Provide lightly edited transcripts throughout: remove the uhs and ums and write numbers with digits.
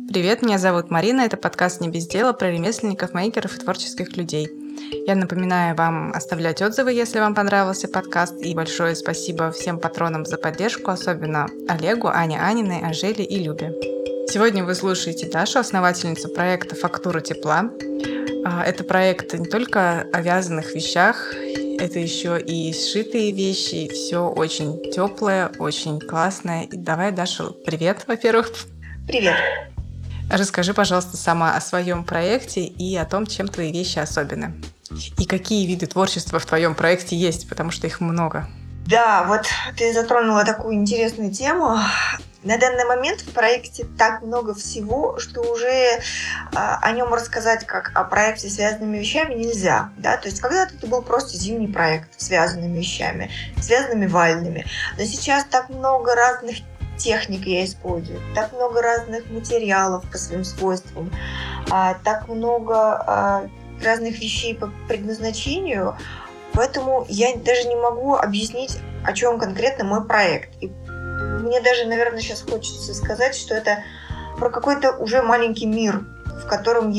Привет, меня зовут Марина, это подкаст «Не без дела» про ремесленников, мейкеров и творческих людей. Я напоминаю вам оставлять отзывы, если вам понравился подкаст, и большое спасибо всем патронам за поддержку, особенно Олегу, Ане Аниной, Анжеле и Любе. Сегодня вы слушаете Дашу, основательницу проекта «Фактура тепла». Это проект не только о вязаных вещах, это еще и сшитые вещи, все очень теплое, очень классное. И давай, Даша, привет, во-первых. Привет. Расскажи, пожалуйста, сама о своем проекте и о том, чем твои вещи особенны. И какие виды творчества в твоем проекте есть, потому что их много. Да, вот ты затронула такую интересную тему. На данный момент в проекте так много всего, что уже о нем рассказать как о проекте с связанными вещами нельзя. Да? То есть когда-то это был просто зимний проект с связанными вещами, связанными вальными. Но сейчас так много разных техник я использую, так много разных материалов по своим свойствам, так много разных вещей по предназначению, поэтому я даже не могу объяснить, о чем конкретно мой проект. И мне даже, наверное, сейчас хочется сказать, что это про какой-то уже маленький мир, в котором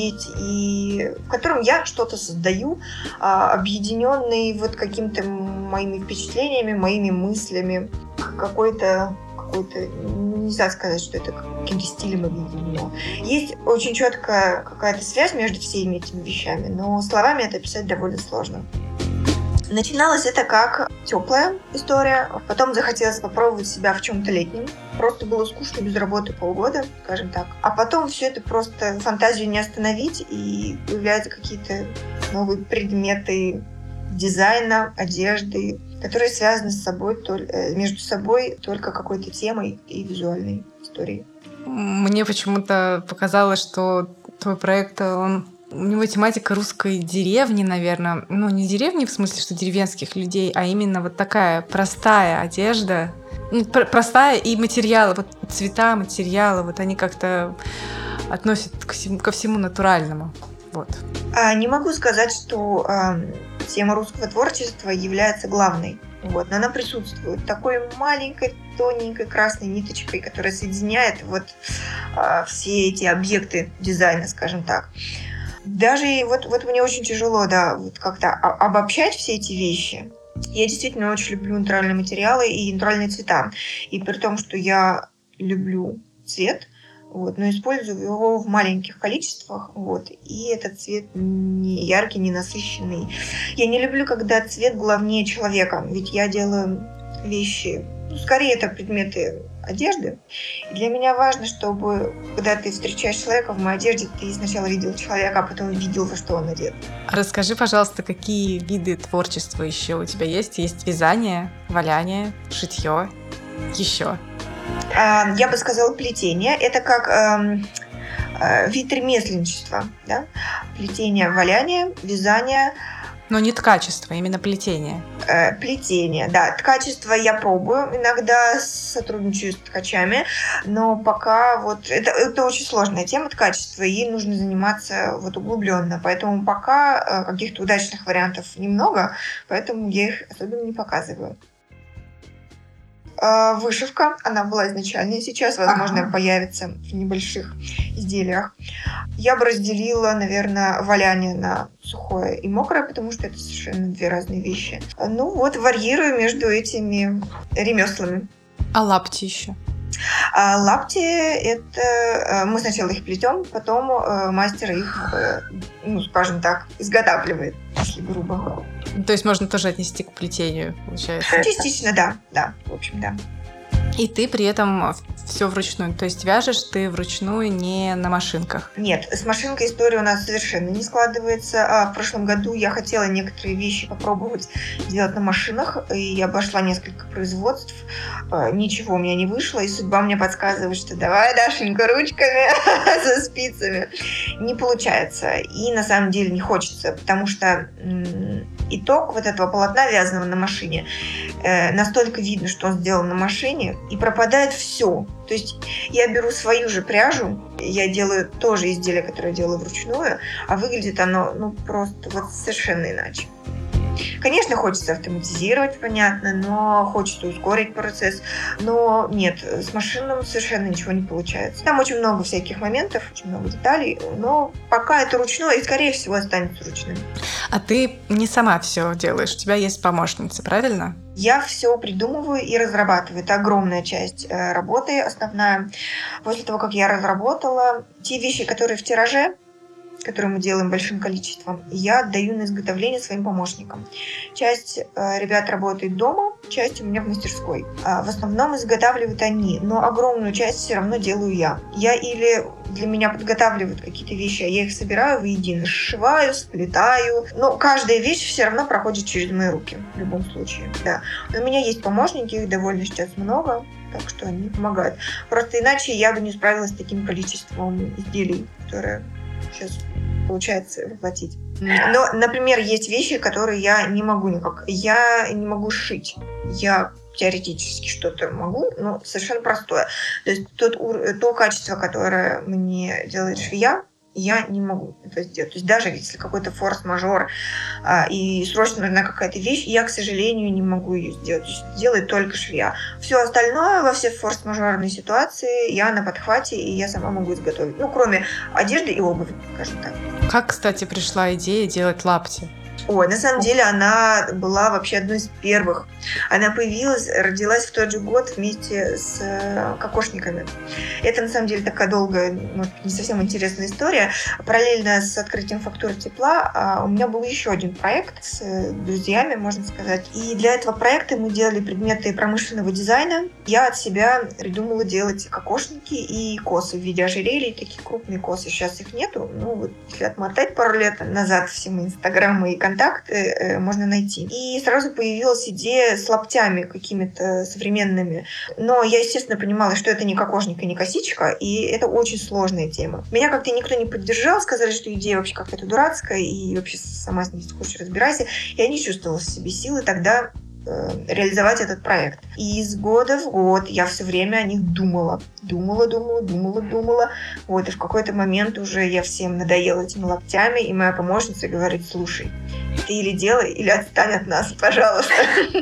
я что-то создаю, объединенный вот какими-то моими впечатлениями, моими мыслями, какой-то, нельзя сказать, что это каким-то стилем объединено. Есть очень четкая какая-то связь между всеми этими вещами, но словами это описать довольно сложно. Начиналось это как теплая история, потом захотелось попробовать себя в чем-то летнем. Просто было скучно без работы полгода, скажем так. А потом все это просто фантазию не остановить, и появляются какие-то новые предметы дизайна, одежды, которые связаны с собой, между собой только какой-то темой и визуальной историей. Мне почему-то показалось, что твой проект, у него тематика русской деревни, наверное. Ну, не деревни в смысле, что деревенских людей, а именно вот такая простая одежда. Простая и материалы, вот цвета, материалы, вот они как-то относят ко всему натуральному. Вот. Не могу сказать, что тема русского творчества является главной. Вот, но она присутствует такой маленькой, тоненькой красной ниточкой, которая соединяет все эти объекты дизайна, скажем так. Даже вот мне очень тяжело, вот как-то обобщать все эти вещи. Я действительно очень люблю натуральные материалы и натуральные цвета. И при том, что я люблю цвет, но использую его в маленьких количествах, и этот цвет не яркий, не насыщенный. Я не люблю, когда цвет главнее человека, ведь я делаю вещи, скорее это предметы одежды. И для меня важно, чтобы, когда ты встречаешь человека в моей одежде, ты сначала видел человека, а потом видел, во что он одет. Расскажи, пожалуйста, какие виды творчества еще у тебя есть? Есть вязание, валяние, шитье, еще? Я бы сказала плетение. Это как вид ремесленничества. Да? Плетение, валяние, вязание. Но не ткачество, именно плетение. Плетение, да. Ткачество я пробую. Иногда сотрудничаю с ткачами, но пока это очень сложная тема ткачества, и ей нужно заниматься углубленно. Поэтому пока каких-то удачных вариантов немного, поэтому я их особенно не показываю. Вышивка, она была изначально, сейчас, возможно, появится в небольших изделиях. Я бы разделила, наверное, валяние на сухое и мокрое, потому что это совершенно две разные вещи. Варьирую между этими ремеслами. А лапти еще? Лапти, это мы сначала их плетем, потом мастер их, скажем так, изготавливает, если грубо. То есть можно тоже отнести к плетению, получается? Частично, да, в общем, да. И ты при этом все вручную, то есть вяжешь ты вручную, не на машинках? Нет, с машинкой история у нас совершенно не складывается. В прошлом году я хотела некоторые вещи попробовать делать на машинах, и обошла несколько производств. Ничего у меня не вышло, и судьба мне подсказывает, что давай, Дашенька, ручками со спицами. Не получается, и на самом деле не хочется, потому что итог этого полотна, вязаного на машине, настолько видно, что он сделан на машине, и пропадает все. То есть я беру свою же пряжу, я делаю тоже изделие, которое делаю вручную, а выглядит оно просто совершенно иначе. Конечно, хочется автоматизировать, понятно, но хочется ускорить процесс. Но нет, с машинным совершенно ничего не получается. Там очень много всяких моментов, очень много деталей, но пока это ручное и, скорее всего, останется ручным. А ты не сама все делаешь, у тебя есть помощница, правильно? Я все придумываю и разрабатываю. Это огромная часть работы, основная. После того, как я разработала те вещи, которые в тираже, которые мы делаем большим количеством, я отдаю на изготовление своим помощникам. Часть ребят работает дома, часть у меня в мастерской. В основном изготавливают они, но огромную часть все равно делаю я. Я или для меня подготавливают какие-то вещи, а я их собираю воедино, сшиваю, сплетаю. Но каждая вещь все равно проходит через мои руки, в любом случае. Да. У меня есть помощники, их довольно сейчас много, так что они помогают. Просто иначе я бы не справилась с таким количеством изделий, которые сейчас получается воплотить. Но, например, есть вещи, которые я не могу никак. Я не могу шить. Я теоретически что-то могу, но совершенно простое. То есть то качество, которое мне делает швея, я не могу это сделать. То есть даже если какой-то форс-мажор и срочно нужна какая-то вещь, я, к сожалению, не могу ее сделать. То есть делает только швея. Все остальное, во все форс-мажорные ситуации, я на подхвате, и я сама могу изготовить. Ну, кроме одежды и обуви, скажем так. Как, кстати, пришла идея делать лапти? Ой, на самом деле она была вообще одной из первых. Она родилась в тот же год вместе с кокошниками. Это на самом деле такая долгая, может, не совсем интересная история. Параллельно с открытием фактуры тепла у меня был еще один проект с друзьями, можно сказать. И для этого проекта мы делали предметы промышленного дизайна. Я от себя придумала делать кокошники и косы в виде ожерелий, такие крупные косы. Сейчас их нету. Ну, вот, если отмотать пару лет назад все мои инстаграмы и контакты можно найти. И сразу появилась идея с лаптями какими-то современными. Но я, естественно, понимала, что это не кокошник и не косичка, и это очень сложная тема. Меня как-то никто не поддержал, сказали, что идея вообще какая-то дурацкая, и вообще сама с ней хочешь разбирайся. Я не чувствовала в себе силы тогда реализовать этот проект. И из года в год я все время о них думала. Вот, и в какой-то момент уже я всем надоела этими лаптями, и моя помощница говорит: слушай, ты или делай, или отстань от нас, пожалуйста.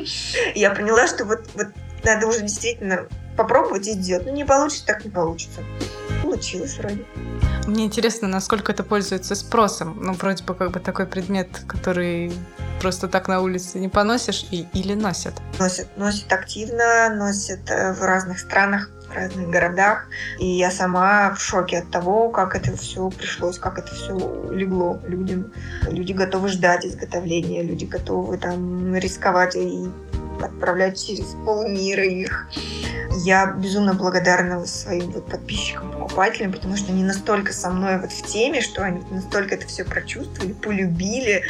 Я поняла, что вот надо уже действительно попробовать и сделать. Ну, не получится, так не получится. Получилось вроде. Мне интересно, насколько это пользуется спросом. Ну, вроде бы как бы такой предмет, который просто так на улице не поносишь, или носят? Носят активно, носят в разных странах, в разных городах. И я сама в шоке от того, как это все пришлось, как это все легло людям. Люди готовы ждать изготовления, люди готовы там рисковать и отправлять через полмира их. Я безумно благодарна своим подписчикам, покупателям, потому что они настолько со мной в теме, что они настолько это все прочувствовали, полюбили,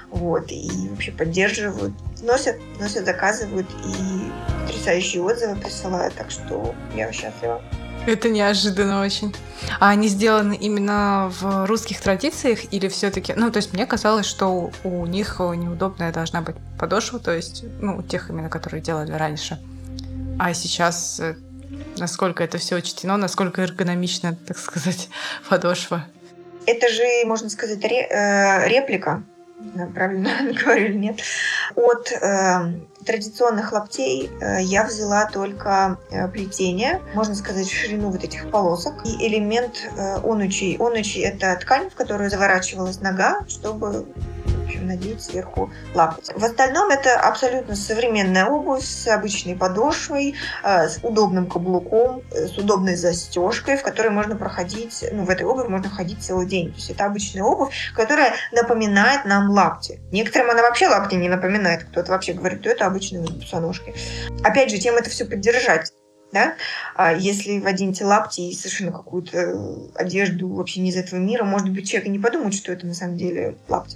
и вообще поддерживают, носят, заказывают и потрясающие отзывы присылают, так что я счастлива. Это неожиданно очень. А они сделаны именно в русских традициях или все-таки... Ну, то есть мне казалось, что у них неудобная должна быть подошва, то есть, у тех именно, которые делали раньше. А сейчас насколько это все учтено, насколько эргономична, так сказать, подошва? Это же, можно сказать, реплика. Правильно говорю или нет. От традиционных лаптей я взяла только плетение, можно сказать, ширину этих полосок и элемент онучи. Онучи — это ткань, в которую заворачивалась нога, чтобы надеть сверху лапоть. В остальном это абсолютно современная обувь с обычной подошвой, с удобным каблуком, с удобной застежкой, в которой можно проходить, в этой обуви можно ходить целый день. То есть это обычная обувь, которая напоминает нам лапти. Некоторым она вообще лапти не напоминает. Кто-то вообще говорит, что это обычные босоножки. Опять же, тем это все поддержать. Да? Если вы оденете лапти и совершенно какую-то одежду вообще не из этого мира, может быть, человек и не подумает, что это на самом деле лапти.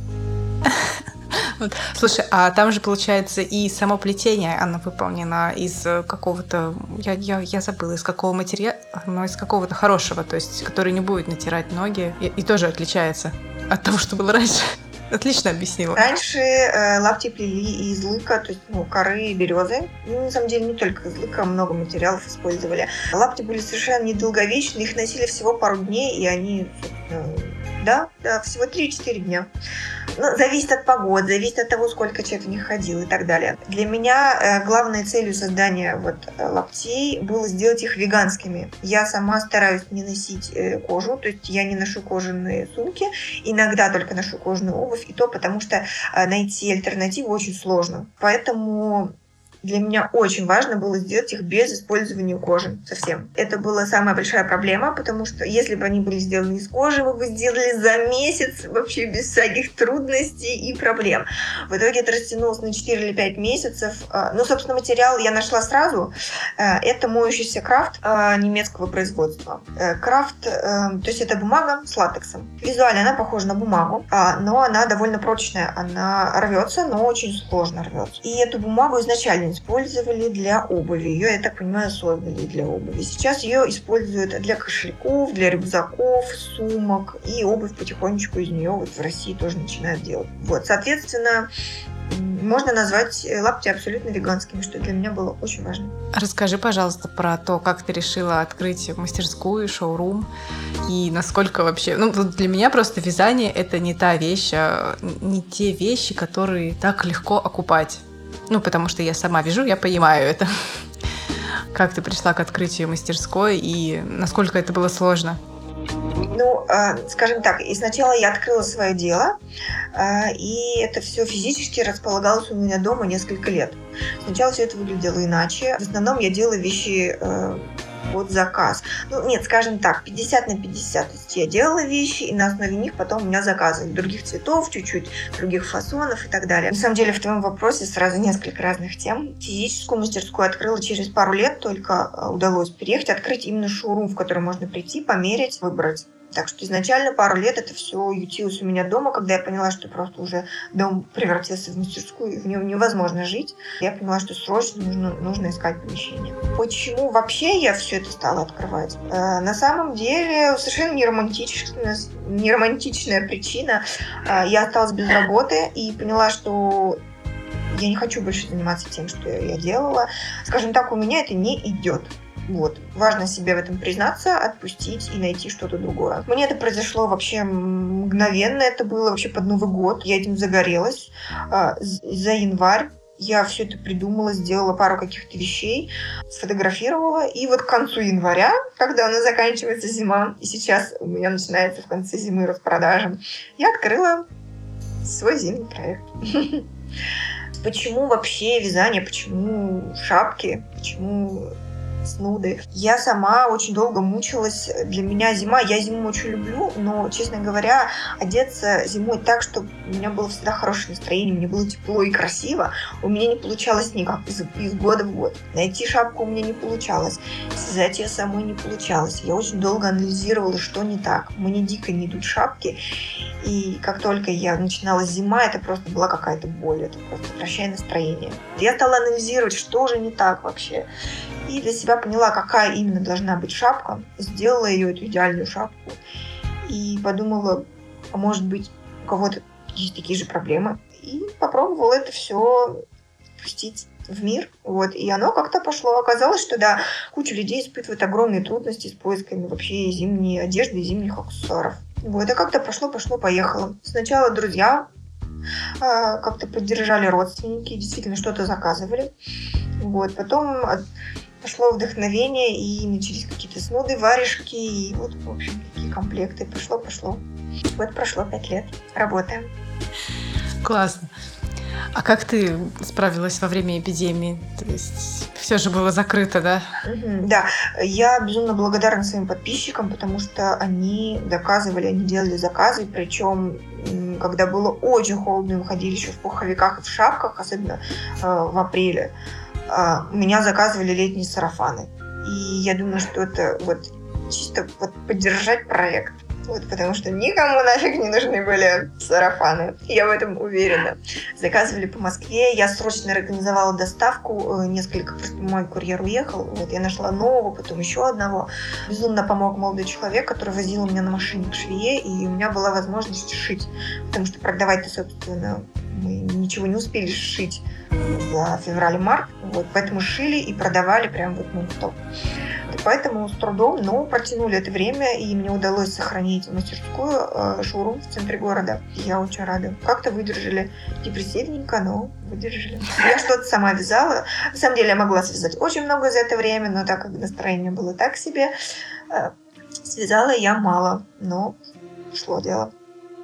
Слушай, а там же, получается, и само плетение, оно выполнено из какого-то, я забыла, из какого материала, но из какого-то хорошего, то есть, который не будет натирать ноги, и тоже отличается от того, что было раньше. Отлично объяснила. Раньше лапти плели из лыка, то есть коры и березы. На самом деле не только из лыка, много материалов использовали. Лапти были совершенно недолговечны, их носили всего пару дней, и они, всего 3-4 дня. Ну, зависит от погоды, зависит от того, сколько человек в них ходил и так далее. Для меня главной целью создания лаптей было сделать их веганскими. Я сама стараюсь не носить кожу, то есть я не ношу кожаные сумки, иногда только ношу кожаную обувь, и то потому что найти альтернативу очень сложно. Поэтому для меня очень важно было сделать их без использования кожи совсем. Это была самая большая проблема, потому что если бы они были сделаны из кожи, мы бы сделали за месяц вообще без всяких трудностей и проблем. В итоге это растянулось на 4 или 5 месяцев. Ну, собственно, материал я нашла сразу. Это моющийся крафт немецкого производства. Крафт, то есть это бумага с латексом. Визуально она похожа на бумагу, но она довольно прочная. Она рвется, но очень сложно рвется. И эту бумагу изначально использовали для обуви. Ее, я так понимаю, создали для обуви. Сейчас ее используют для кошельков, для рюкзаков, сумок. И обувь потихонечку из нее в России тоже начинают делать. Соответственно, можно назвать лапти абсолютно веганскими, что для меня было очень важно. Расскажи, пожалуйста, про то, как ты решила открыть мастерскую, шоурум, и насколько вообще... Для меня просто вязание — это не та вещь, не те вещи, которые так легко окупать. Потому что я сама вяжу, я понимаю это. Как ты пришла к открытию мастерской и насколько это было сложно? Скажем так, и сначала я открыла свое дело, и это все физически располагалось у меня дома несколько лет. Сначала все это выглядело иначе. В основном я делала вещи под заказ. Скажем так, 50 на 50. То есть я делала вещи, и на основе них потом у меня заказывали других цветов, чуть-чуть других фасонов и так далее. На самом деле в твоем вопросе сразу несколько разных тем. Физическую мастерскую открыла через пару лет, только удалось переехать, открыть именно шоурум, в который можно прийти, померить, выбрать. Так что изначально пару лет это все ютилось у меня дома, когда я поняла, что просто уже дом превратился в мастерскую, и в нем невозможно жить. Я поняла, что срочно нужно искать помещение. Почему вообще я все это стала открывать? На самом деле совершенно неромантичная причина. Я осталась без работы и поняла, что я не хочу больше заниматься тем, что я делала. Скажем так, у меня это не идет. Важно себе в этом признаться, отпустить и найти что-то другое. Мне это произошло вообще мгновенно, это было вообще под Новый год. Я этим загорелась. За январь я все это придумала, сделала пару каких-то вещей, сфотографировала. И к концу января, когда у нас заканчивается зима, и сейчас у меня начинается в конце зимы распродажа, я открыла свой зимний проект. Почему вообще вязание, почему шапки, почему снуды? Я сама очень долго мучилась. Для меня зима, я зиму очень люблю, но, честно говоря, одеться зимой так, чтобы у меня было всегда хорошее настроение, мне было тепло и красиво, у меня не получалось никак из года в год. Найти шапку у меня не получалось, связать ее самой не получалось. Я очень долго анализировала, что не так. Мне дико не идут шапки, и как только я начинала зима, это просто была какая-то боль, это просто прощай настроение. Я стала анализировать, что же не так вообще. И для себя поняла, какая именно должна быть шапка. Сделала ее, эту идеальную шапку. И подумала, а может быть, у кого-то есть такие же проблемы. И попробовала это все пустить в мир. И оно как-то пошло. Оказалось, что да, куча людей испытывает огромные трудности с поисками вообще зимней одежды и зимних аксессуаров. И как-то пошло-поехало. Сначала друзья как-то поддержали, родственники, действительно что-то заказывали. Потом пошло вдохновение, и начались какие-то снуды, варежки, и в общем, такие комплекты. Пошло. Прошло 5 лет. Работаем. Классно. А как ты справилась во время эпидемии? То есть все же было закрыто, да? Да, я безумно благодарна своим подписчикам, потому что они делали заказы, причем когда было очень холодно, мы ходили еще в пуховиках и в шапках, особенно в апреле, меня заказывали летние сарафаны. И я думаю, что это чисто поддержать проект. Потому что никому нафиг не нужны были сарафаны. Я в этом уверена. Заказывали по Москве. Я срочно организовала доставку. Просто мой курьер уехал. Я нашла нового, потом еще одного. Безумно помог молодой человек, который возил меня на машине к швее. И у меня была возможность шить. Потому что продавать-то, собственно, мы ничего не успели сшить за февраль-март. Поэтому шили и продавали прям нон-стоп. Поэтому с трудом, но протянули это время, и мне удалось сохранить мастерскую, шоурум в центре города. Я очень рада. Как-то выдержали. Депрессивненько, но выдержали. Я что-то сама вязала. На самом деле я могла связать очень много за это время, но так как настроение было так себе, связала я мало, но шло дело.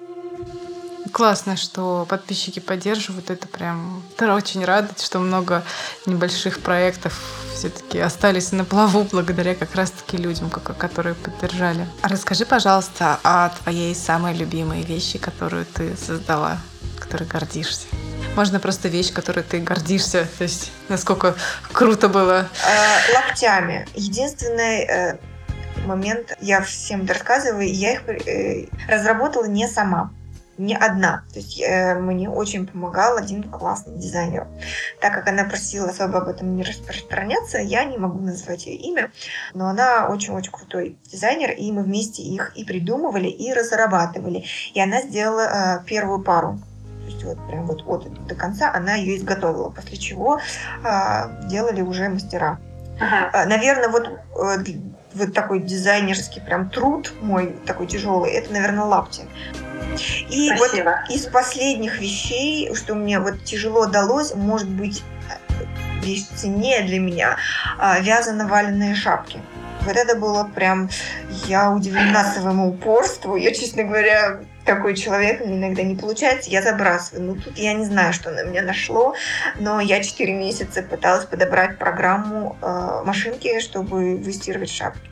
Классно, что подписчики поддерживают. Это прям очень радует, что много небольших проектов все-таки остались на плаву благодаря как раз-таки людям, которые поддержали. А расскажи, пожалуйста, о твоей самой любимой вещи, которую ты создала, которой гордишься. Можно просто вещь, которой ты гордишься, то есть насколько круто было. Локтями. Единственный момент, я всем рассказываю, я их разработала не сама. Не одна. То есть мне очень помогал один классный дизайнер. Так как она просила особо об этом не распространяться, я не могу назвать ее имя, но она очень-очень крутой дизайнер, и мы вместе их и придумывали, и разрабатывали. И она сделала первую пару. То есть вот прям вот от до конца она ее изготовила, после чего делали уже мастера. Наверное, вот такой дизайнерский прям труд мой, такой тяжелый, это, наверное, лапти. И спасибо. Вот из последних вещей, что мне вот тяжело далось, может быть, вещь ценнее для меня, вязано-валенные шапки. Вот это было прям... Я удивлена своему упорству. Я, честно говоря, такой человек, иногда не получается, я забрасываю. Ну, тут я не знаю, что на меня нашло, но я 4 месяца пыталась подобрать программу машинки, чтобы выстирывать шапки.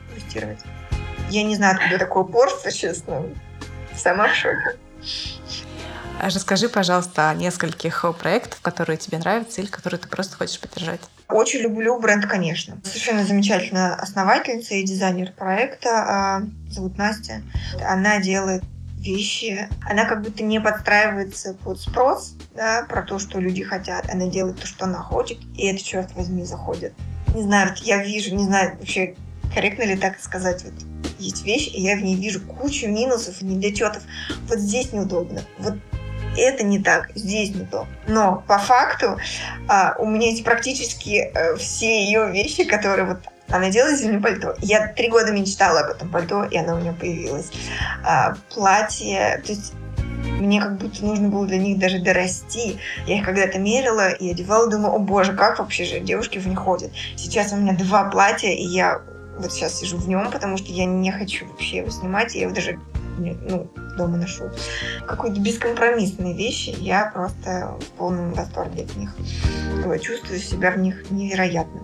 Я не знаю, откуда такое упорство, честно. Сама в шоке. Расскажи, пожалуйста, о нескольких проектах, которые тебе нравятся или которые ты просто хочешь поддержать. Очень люблю бренд, конечно. Совершенно замечательная основательница и дизайнер проекта. Зовут Настя. Она делает вещи. Она как будто не подстраивается под спрос, да, про то, что люди хотят. Она делает то, что она хочет, и это, черт возьми, заходит. Не знаю, я вижу, не знаю, вообще корректно ли так сказать, вот есть вещь, и я в ней вижу кучу минусов и недочетов. Вот здесь неудобно, вот это не так, здесь не то. Но по факту у меня есть практически все ее вещи, которые вот она делает зимнее пальто. Я 3 года мечтала об этом пальто, и оно у меня появилось. Платье, то есть мне как будто нужно было для них даже дорасти. Я их когда-то мерила и одевала, думаю, о боже, как вообще же девушки в них ходят. Сейчас у меня 2 платья, и я вот сейчас сижу в нем, потому что я не хочу вообще его снимать, я его даже дома ношу. Какие-то бескомпромиссные вещи, я просто в полном восторге от них. Чувствую себя в них невероятно.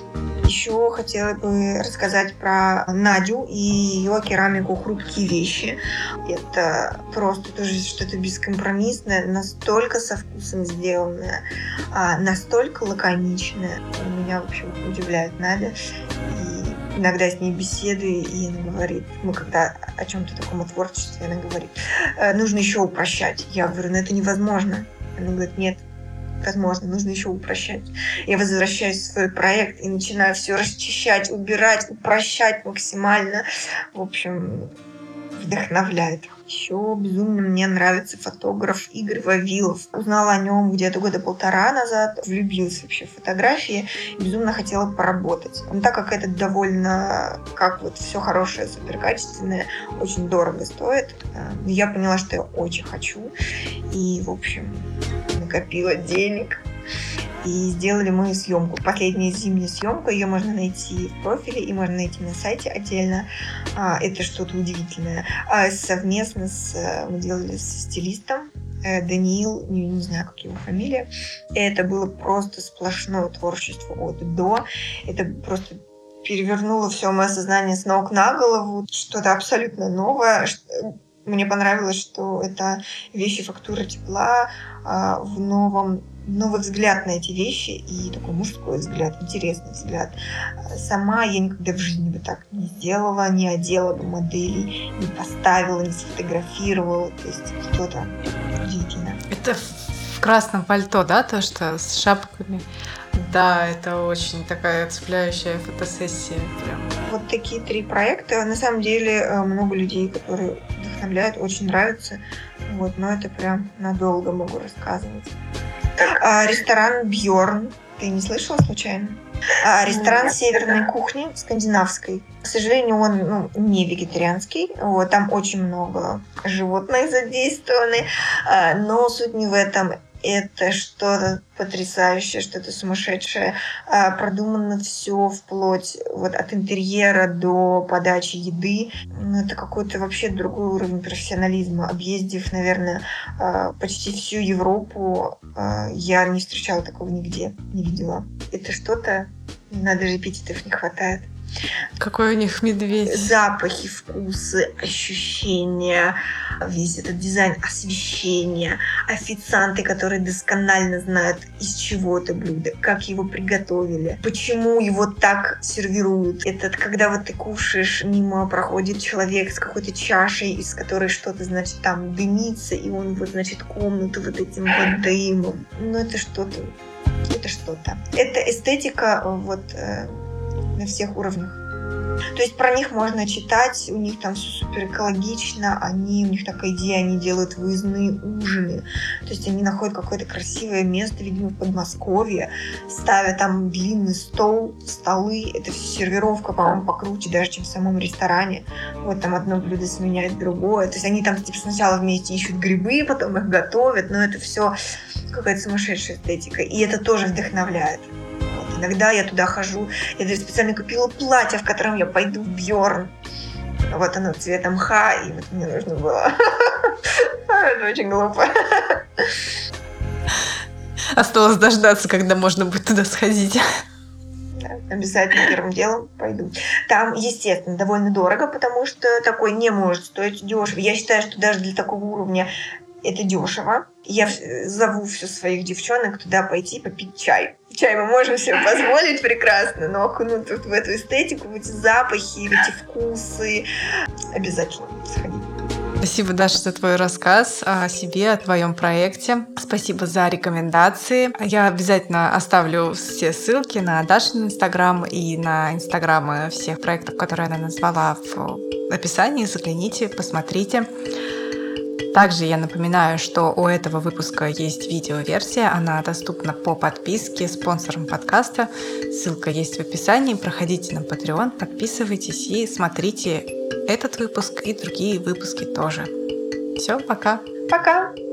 Еще хотела бы рассказать про Надю и ее керамику «Хрупкие вещи». Это просто тоже что-то бескомпромиссное, настолько со вкусом сделанное, настолько лаконичное. Меня вообще удивляет Надя. И иногда с ней беседую, и она говорит, мы когда о чем-то таком творчестве, она говорит, нужно еще упрощать. Я говорю, это невозможно. Она говорит, нет, возможно, нужно еще упрощать. Я возвращаюсь в свой проект и начинаю все расчищать, убирать, упрощать максимально. В общем, вдохновляет. Еще безумно мне нравится фотограф Игорь Вавилов. Узнала о нем где-то 1.5 года назад. Влюбилась вообще в фотографии. Безумно хотела поработать. Но так как это довольно, как вот все хорошее, суперкачественное, очень дорого стоит, я поняла, что я очень хочу. И, в общем, накопила денег. И сделали мы съемку. Последняя зимняя съемка. Ее можно найти в профиле и можно найти на сайте отдельно. Это что-то удивительное. Совместно мы делали с стилистом Даниил, не знаю, как его фамилия. Это было просто сплошное творчество от до. Это просто перевернуло все мое сознание с ног на голову. Что-то абсолютно новое. Мне понравилось, что это вещи фактуры тепла в новый взгляд на эти вещи и такой мужской взгляд, интересный взгляд. Сама я никогда в жизни бы так не сделала, не одела бы моделей, не поставила, не сфотографировала. То есть что-то удивительное. Это в красном пальто, да, то, что с шапками? Да, это очень такая цепляющая фотосессия. Прям. Вот такие 3 проекта. На самом деле много людей, которые вдохновляют, очень нравятся. Вот, но это прям надолго могу рассказывать. Ресторан Бьорн. Ты не слышала случайно? Ресторан северной кухни, скандинавской. К сожалению, он не вегетарианский. Вот, там очень много животных задействованы. Но суть не в этом. Это что-то потрясающее, что-то сумасшедшее. Продумано все вплоть от интерьера до подачи еды. Это какой-то вообще другой уровень профессионализма. Объездив, наверное, почти всю Европу, я не встречала такого нигде, не видела. Это что-то, даже эпитетов не хватает. Какой у них медведь. Запахи, вкусы, ощущения, весь этот дизайн, освещение, официанты, которые досконально знают, из чего это блюдо, как его приготовили, почему его так сервируют. Это когда ты кушаешь, мимо проходит человек с какой-то чашей, из которой что-то, там дымится, и он, комнату этим дымом. Это что-то. Это что-то. Это эстетика на всех уровнях. То есть про них можно читать, у них там все супер экологично, у них такая идея, они делают выездные ужины. То есть они находят какое-то красивое место, видимо, в Подмосковье, ставят там длинный стол, столы, это все сервировка, по-моему, покруче даже, чем в самом ресторане. Там одно блюдо сменяет другое. То есть они там сначала вместе ищут грибы, потом их готовят, но это все какая-то сумасшедшая эстетика. И это тоже вдохновляет. Иногда я туда хожу. Я даже специально купила платье, в котором я пойду в Бьорн. Оно цвета мха, и мне нужно было. Это очень глупо. Осталось дождаться, когда можно будет туда сходить. Да, обязательно первым делом пойду. Там, естественно, довольно дорого, потому что такой не может стоить дешево. Я считаю, что даже для такого уровня это дешево. Я зову всю своих девчонок туда пойти попить чай. Чай мы можем себе позволить прекрасно, но окунуться в эту эстетику, в эти запахи, в эти вкусы обязательно сходить. Спасибо, Даша, за твой рассказ о себе, о твоем проекте. Спасибо за рекомендации. Я обязательно оставлю все ссылки на Дашин Инстаграм и на Инстаграмы всех проектов, которые она назвала, в описании. Загляните, посмотрите. Также я напоминаю, что у этого выпуска есть видеоверсия, она доступна по подписке спонсорам подкаста. Ссылка есть в описании. Проходите на Patreon, подписывайтесь и смотрите этот выпуск и другие выпуски тоже. Все, пока. Пока.